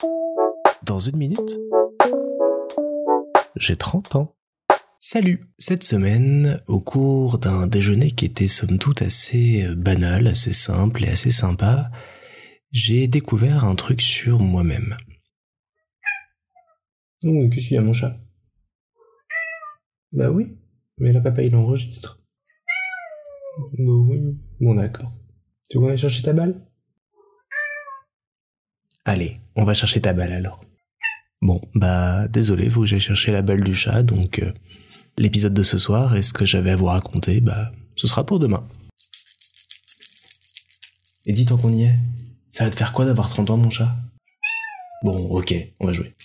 Dans une minute, j'ai 30 ans. Salut! Cette semaine, au cours d'un déjeuner qui était somme toute assez banal, assez simple et assez sympa, j'ai découvert un truc sur moi-même. Oh, qu'est-ce qu'il y a, mon chat? Bah oui, mais là papa il enregistre. Bah oui, bon d'accord. Tu veux qu'on aille chercher ta balle? Allez, on va chercher ta balle alors. Bon, bah désolé, faut que j'aille chercher la balle du chat, donc l'épisode de ce soir et ce que j'avais à vous raconter, bah ce sera pour demain. Et dis tant qu'on y est, ça va te faire quoi d'avoir 30 ans mon chat? Bon, ok, on va jouer.